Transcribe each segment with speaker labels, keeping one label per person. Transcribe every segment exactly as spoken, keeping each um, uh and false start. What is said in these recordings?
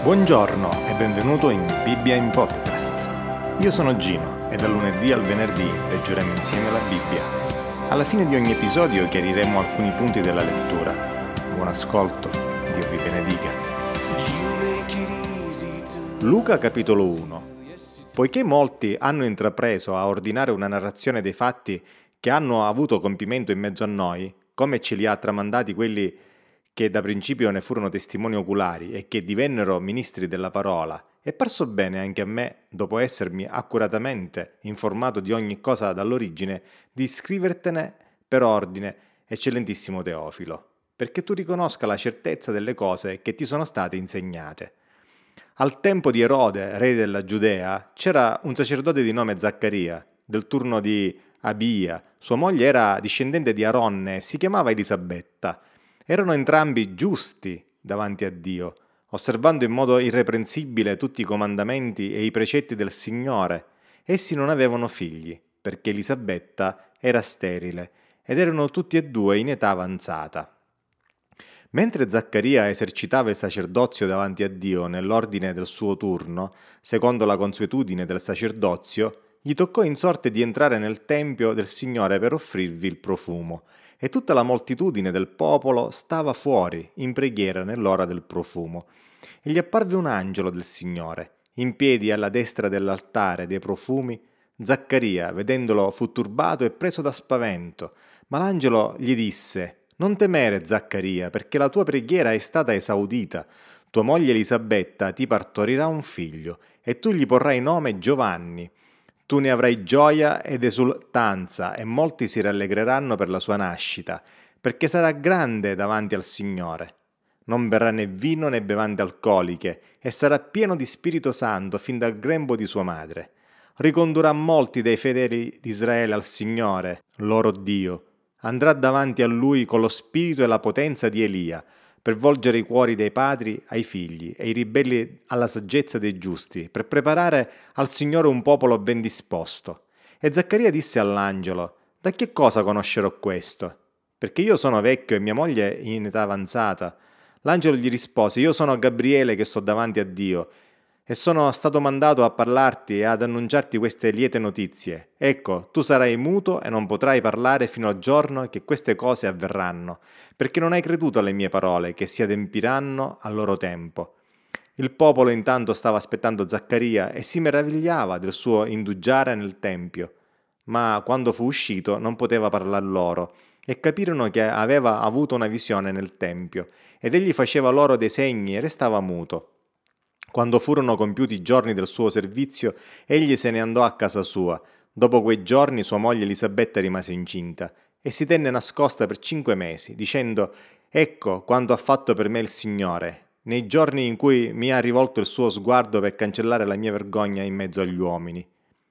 Speaker 1: Buongiorno e benvenuto in Bibbia in Podcast. Io sono Gino e dal lunedì al venerdì leggeremo insieme la Bibbia. Alla fine di ogni episodio chiariremo alcuni punti della lettura. Buon ascolto, Dio vi benedica. Luca capitolo uno. Poiché molti hanno intrapreso a ordinare una narrazione dei fatti che hanno avuto compimento in mezzo a noi, come ce li ha tramandati quelli che da principio ne furono testimoni oculari e che divennero ministri della parola, è parso bene anche a me, dopo essermi accuratamente informato di ogni cosa dall'origine, di scrivertene per ordine, eccellentissimo Teofilo, perché tu riconosca la certezza delle cose che ti sono state insegnate. Al tempo di Erode, re della Giudea, c'era un sacerdote di nome Zaccaria, del turno di Abia. Sua moglie era discendente di Aronne e si chiamava Elisabetta. Erano entrambi giusti davanti a Dio, osservando in modo irreprensibile tutti i comandamenti e i precetti del Signore. Essi non avevano figli, perché Elisabetta era sterile, ed erano tutti e due in età avanzata. Mentre Zaccaria esercitava il sacerdozio davanti a Dio nell'ordine del suo turno, secondo la consuetudine del sacerdozio, gli toccò in sorte di entrare nel tempio del Signore per offrirvi il profumo, e tutta la moltitudine del popolo stava fuori in preghiera nell'ora del profumo. E gli apparve un angelo del Signore, in piedi alla destra dell'altare dei profumi. Zaccaria, vedendolo, fu turbato e preso da spavento, ma l'angelo gli disse: «Non temere, Zaccaria, perché la tua preghiera è stata esaudita. Tua moglie Elisabetta ti partorirà un figlio, e tu gli porrai nome Giovanni. Tu ne avrai gioia ed esultanza, e molti si rallegreranno per la sua nascita, perché sarà grande davanti al Signore. Non berrà né vino né bevande alcoliche, e sarà pieno di Spirito Santo fin dal grembo di sua madre. Ricondurrà molti dei fedeli di Israele al Signore, loro Dio. Andrà davanti a Lui con lo spirito e la potenza di Elia, per volgere i cuori dei padri ai figli e i ribelli alla saggezza dei giusti, per preparare al Signore un popolo ben disposto». E Zaccaria disse all'angelo: «Da che cosa conoscerò questo? Perché io sono vecchio e mia moglie in età avanzata». L'angelo gli rispose: «Io sono Gabriele che sto davanti a Dio, e sono stato mandato a parlarti e ad annunciarti queste liete notizie. Ecco, tu sarai muto e non potrai parlare fino al giorno che queste cose avverranno, perché non hai creduto alle mie parole, che si adempiranno al loro tempo». Il popolo intanto stava aspettando Zaccaria e si meravigliava del suo indugiare nel tempio. Ma quando fu uscito non poteva parlar loro, e capirono che aveva avuto una visione nel tempio, ed egli faceva loro dei segni e restava muto. Quando furono compiuti i giorni del suo servizio, egli se ne andò a casa sua. Dopo quei giorni sua moglie Elisabetta rimase incinta e si tenne nascosta per cinque mesi, dicendo: «Ecco quanto ha fatto per me il Signore, nei giorni in cui mi ha rivolto il suo sguardo per cancellare la mia vergogna in mezzo agli uomini».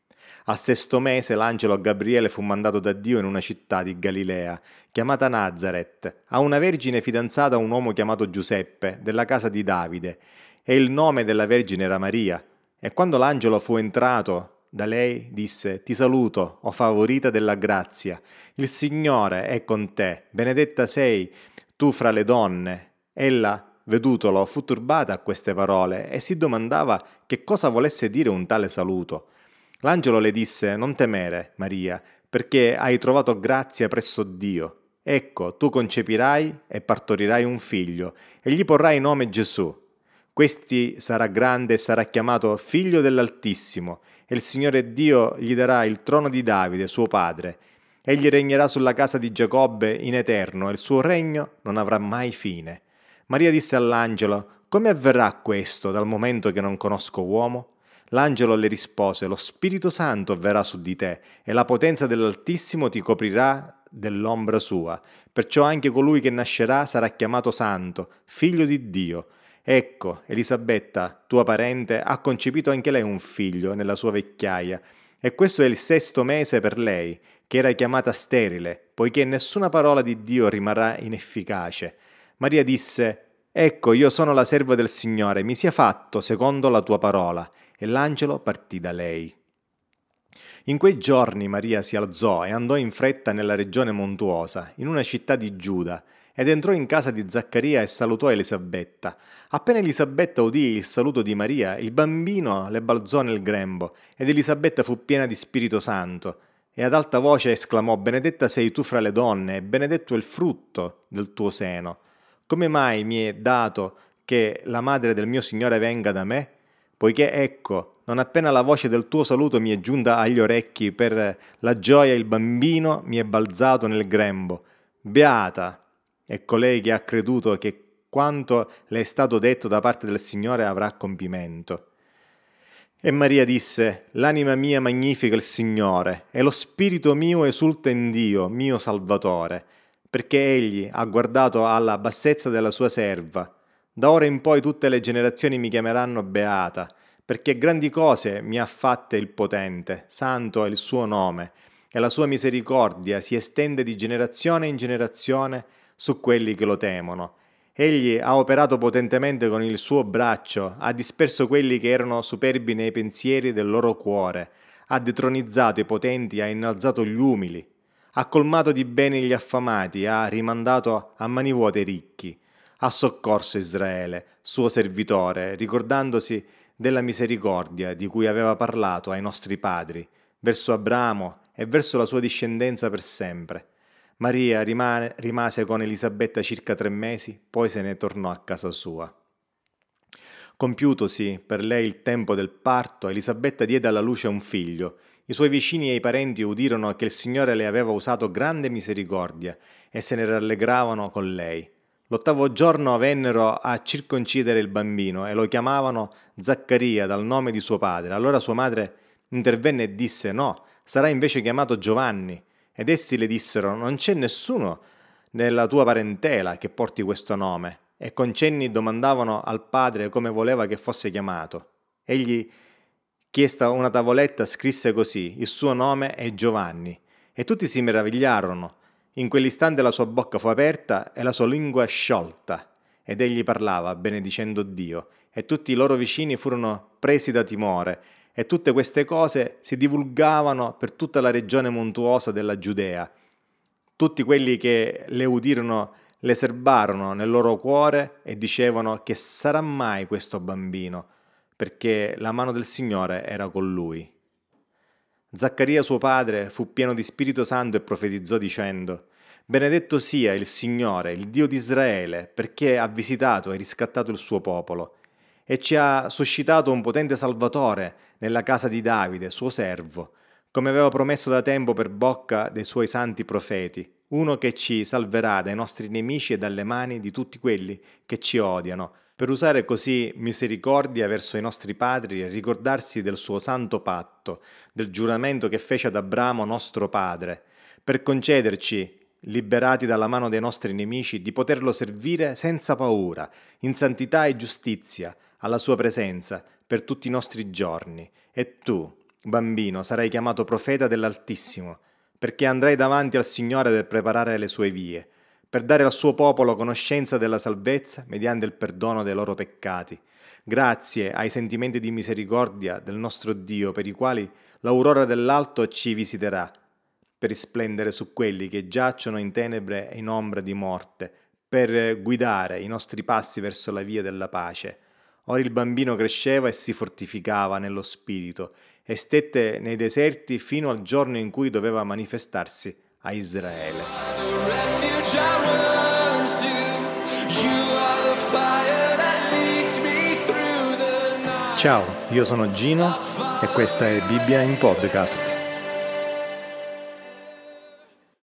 Speaker 1: Al sesto mese l'angelo Gabriele fu mandato da Dio in una città di Galilea, chiamata Nazaret, a una vergine fidanzata a un uomo chiamato Giuseppe, della casa di Davide, e il nome della vergine era Maria. E quando l'angelo fu entrato da lei, disse: «Ti saluto, o favorita della grazia, il Signore è con te, benedetta sei tu fra le donne». Ella, vedutolo, fu turbata a queste parole e si domandava che cosa volesse dire un tale saluto. L'angelo le disse: «Non temere, Maria, perché hai trovato grazia presso Dio. Ecco, tu concepirai e partorirai un figlio, e gli porrai nome Gesù. Questi sarà grande e sarà chiamato Figlio dell'Altissimo, e il Signore Dio gli darà il trono di Davide, suo padre. Egli regnerà sulla casa di Giacobbe in eterno, e il suo regno non avrà mai fine». Maria disse all'angelo: «Come avverrà questo, dal momento che non conosco uomo?» L'angelo le rispose: «Lo Spirito Santo verrà su di te, e la potenza dell'Altissimo ti coprirà dell'ombra sua. Perciò anche colui che nascerà sarà chiamato Santo, Figlio di Dio. Ecco, Elisabetta, tua parente, ha concepito anche lei un figlio nella sua vecchiaia, e questo è il sesto mese per lei, che era chiamata sterile, poiché nessuna parola di Dio rimarrà inefficace». Maria disse: «Ecco, io sono la serva del Signore, mi sia fatto secondo la tua parola». E l'angelo partì da lei. In quei giorni Maria si alzò e andò in fretta nella regione montuosa, in una città di Giuda, ed entrò in casa di Zaccaria e salutò Elisabetta. Appena Elisabetta udì il saluto di Maria, il bambino le balzò nel grembo, ed Elisabetta fu piena di Spirito Santo, e ad alta voce esclamò: «Benedetta sei tu fra le donne, e benedetto è il frutto del tuo seno. Come mai mi è dato che la madre del mio Signore venga da me? Poiché ecco, non appena la voce del tuo saluto mi è giunta agli orecchi, per la gioia il bambino mi è balzato nel grembo. Beata è colei che ha creduto che quanto le è stato detto da parte del Signore avrà compimento». E Maria disse: «L'anima mia magnifica il Signore, e lo spirito mio esulta in Dio, mio Salvatore, perché Egli ha guardato alla bassezza della sua serva. Da ora in poi tutte le generazioni mi chiameranno beata, perché grandi cose mi ha fatte il Potente, santo è il suo nome, e la sua misericordia si estende di generazione in generazione su quelli che lo temono. Egli ha operato potentemente con il suo braccio, ha disperso quelli che erano superbi nei pensieri del loro cuore, ha detronizzato i potenti, ha innalzato gli umili, ha colmato di beni gli affamati, ha rimandato a mani vuote i ricchi, ha soccorso Israele, suo servitore, ricordandosi della misericordia di cui aveva parlato ai nostri padri, verso Abramo e verso la sua discendenza per sempre. Maria rimane, rimase con Elisabetta circa tre mesi, poi se ne tornò a casa sua. Compiutosi per lei il tempo del parto, Elisabetta diede alla luce un figlio. I suoi vicini e i parenti udirono che il Signore le aveva usato grande misericordia e se ne rallegravano con lei. L'ottavo giorno vennero a circoncidere il bambino e lo chiamavano Zaccaria dal nome di suo padre. Allora sua madre intervenne e disse: «No, sarà invece chiamato Giovanni». Ed essi le dissero: «Non c'è nessuno nella tua parentela che porti questo nome». E con cenni domandavano al padre come voleva che fosse chiamato. Egli, chiesta una tavoletta, scrisse così: «Il suo nome è Giovanni». E tutti si meravigliarono. In quell'istante la sua bocca fu aperta e la sua lingua sciolta, ed egli parlava, benedicendo Dio. E tutti i loro vicini furono presi da timore, e tutte queste cose si divulgavano per tutta la regione montuosa della Giudea. Tutti quelli che le udirono le serbarono nel loro cuore e dicevano: «Che sarà mai questo bambino?» Perché la mano del Signore era con lui. Zaccaria suo padre fu pieno di Spirito Santo e profetizzò dicendo: «Benedetto sia il Signore, il Dio di Israele, perché ha visitato e riscattato il suo popolo, e ci ha suscitato un potente Salvatore nella casa di Davide, suo servo, come aveva promesso da tempo per bocca dei suoi santi profeti, uno che ci salverà dai nostri nemici e dalle mani di tutti quelli che ci odiano, per usare così misericordia verso i nostri padri e ricordarsi del suo santo patto, del giuramento che fece ad Abramo nostro padre, per concederci, liberati dalla mano dei nostri nemici, di poterlo servire senza paura, in santità e giustizia, alla sua presenza, per tutti i nostri giorni. E tu, bambino, sarai chiamato profeta dell'Altissimo, perché andrai davanti al Signore per preparare le sue vie, per dare al suo popolo conoscenza della salvezza mediante il perdono dei loro peccati, grazie ai sentimenti di misericordia del nostro Dio, per i quali l'aurora dell'alto ci visiterà, per risplendere su quelli che giacciono in tenebre e in ombra di morte, per guidare i nostri passi verso la via della pace. Ora il bambino cresceva e si fortificava nello spirito, e stette nei deserti fino al giorno in cui doveva manifestarsi a Israele. Ciao, io sono Gino e questa è Bibbia in Podcast.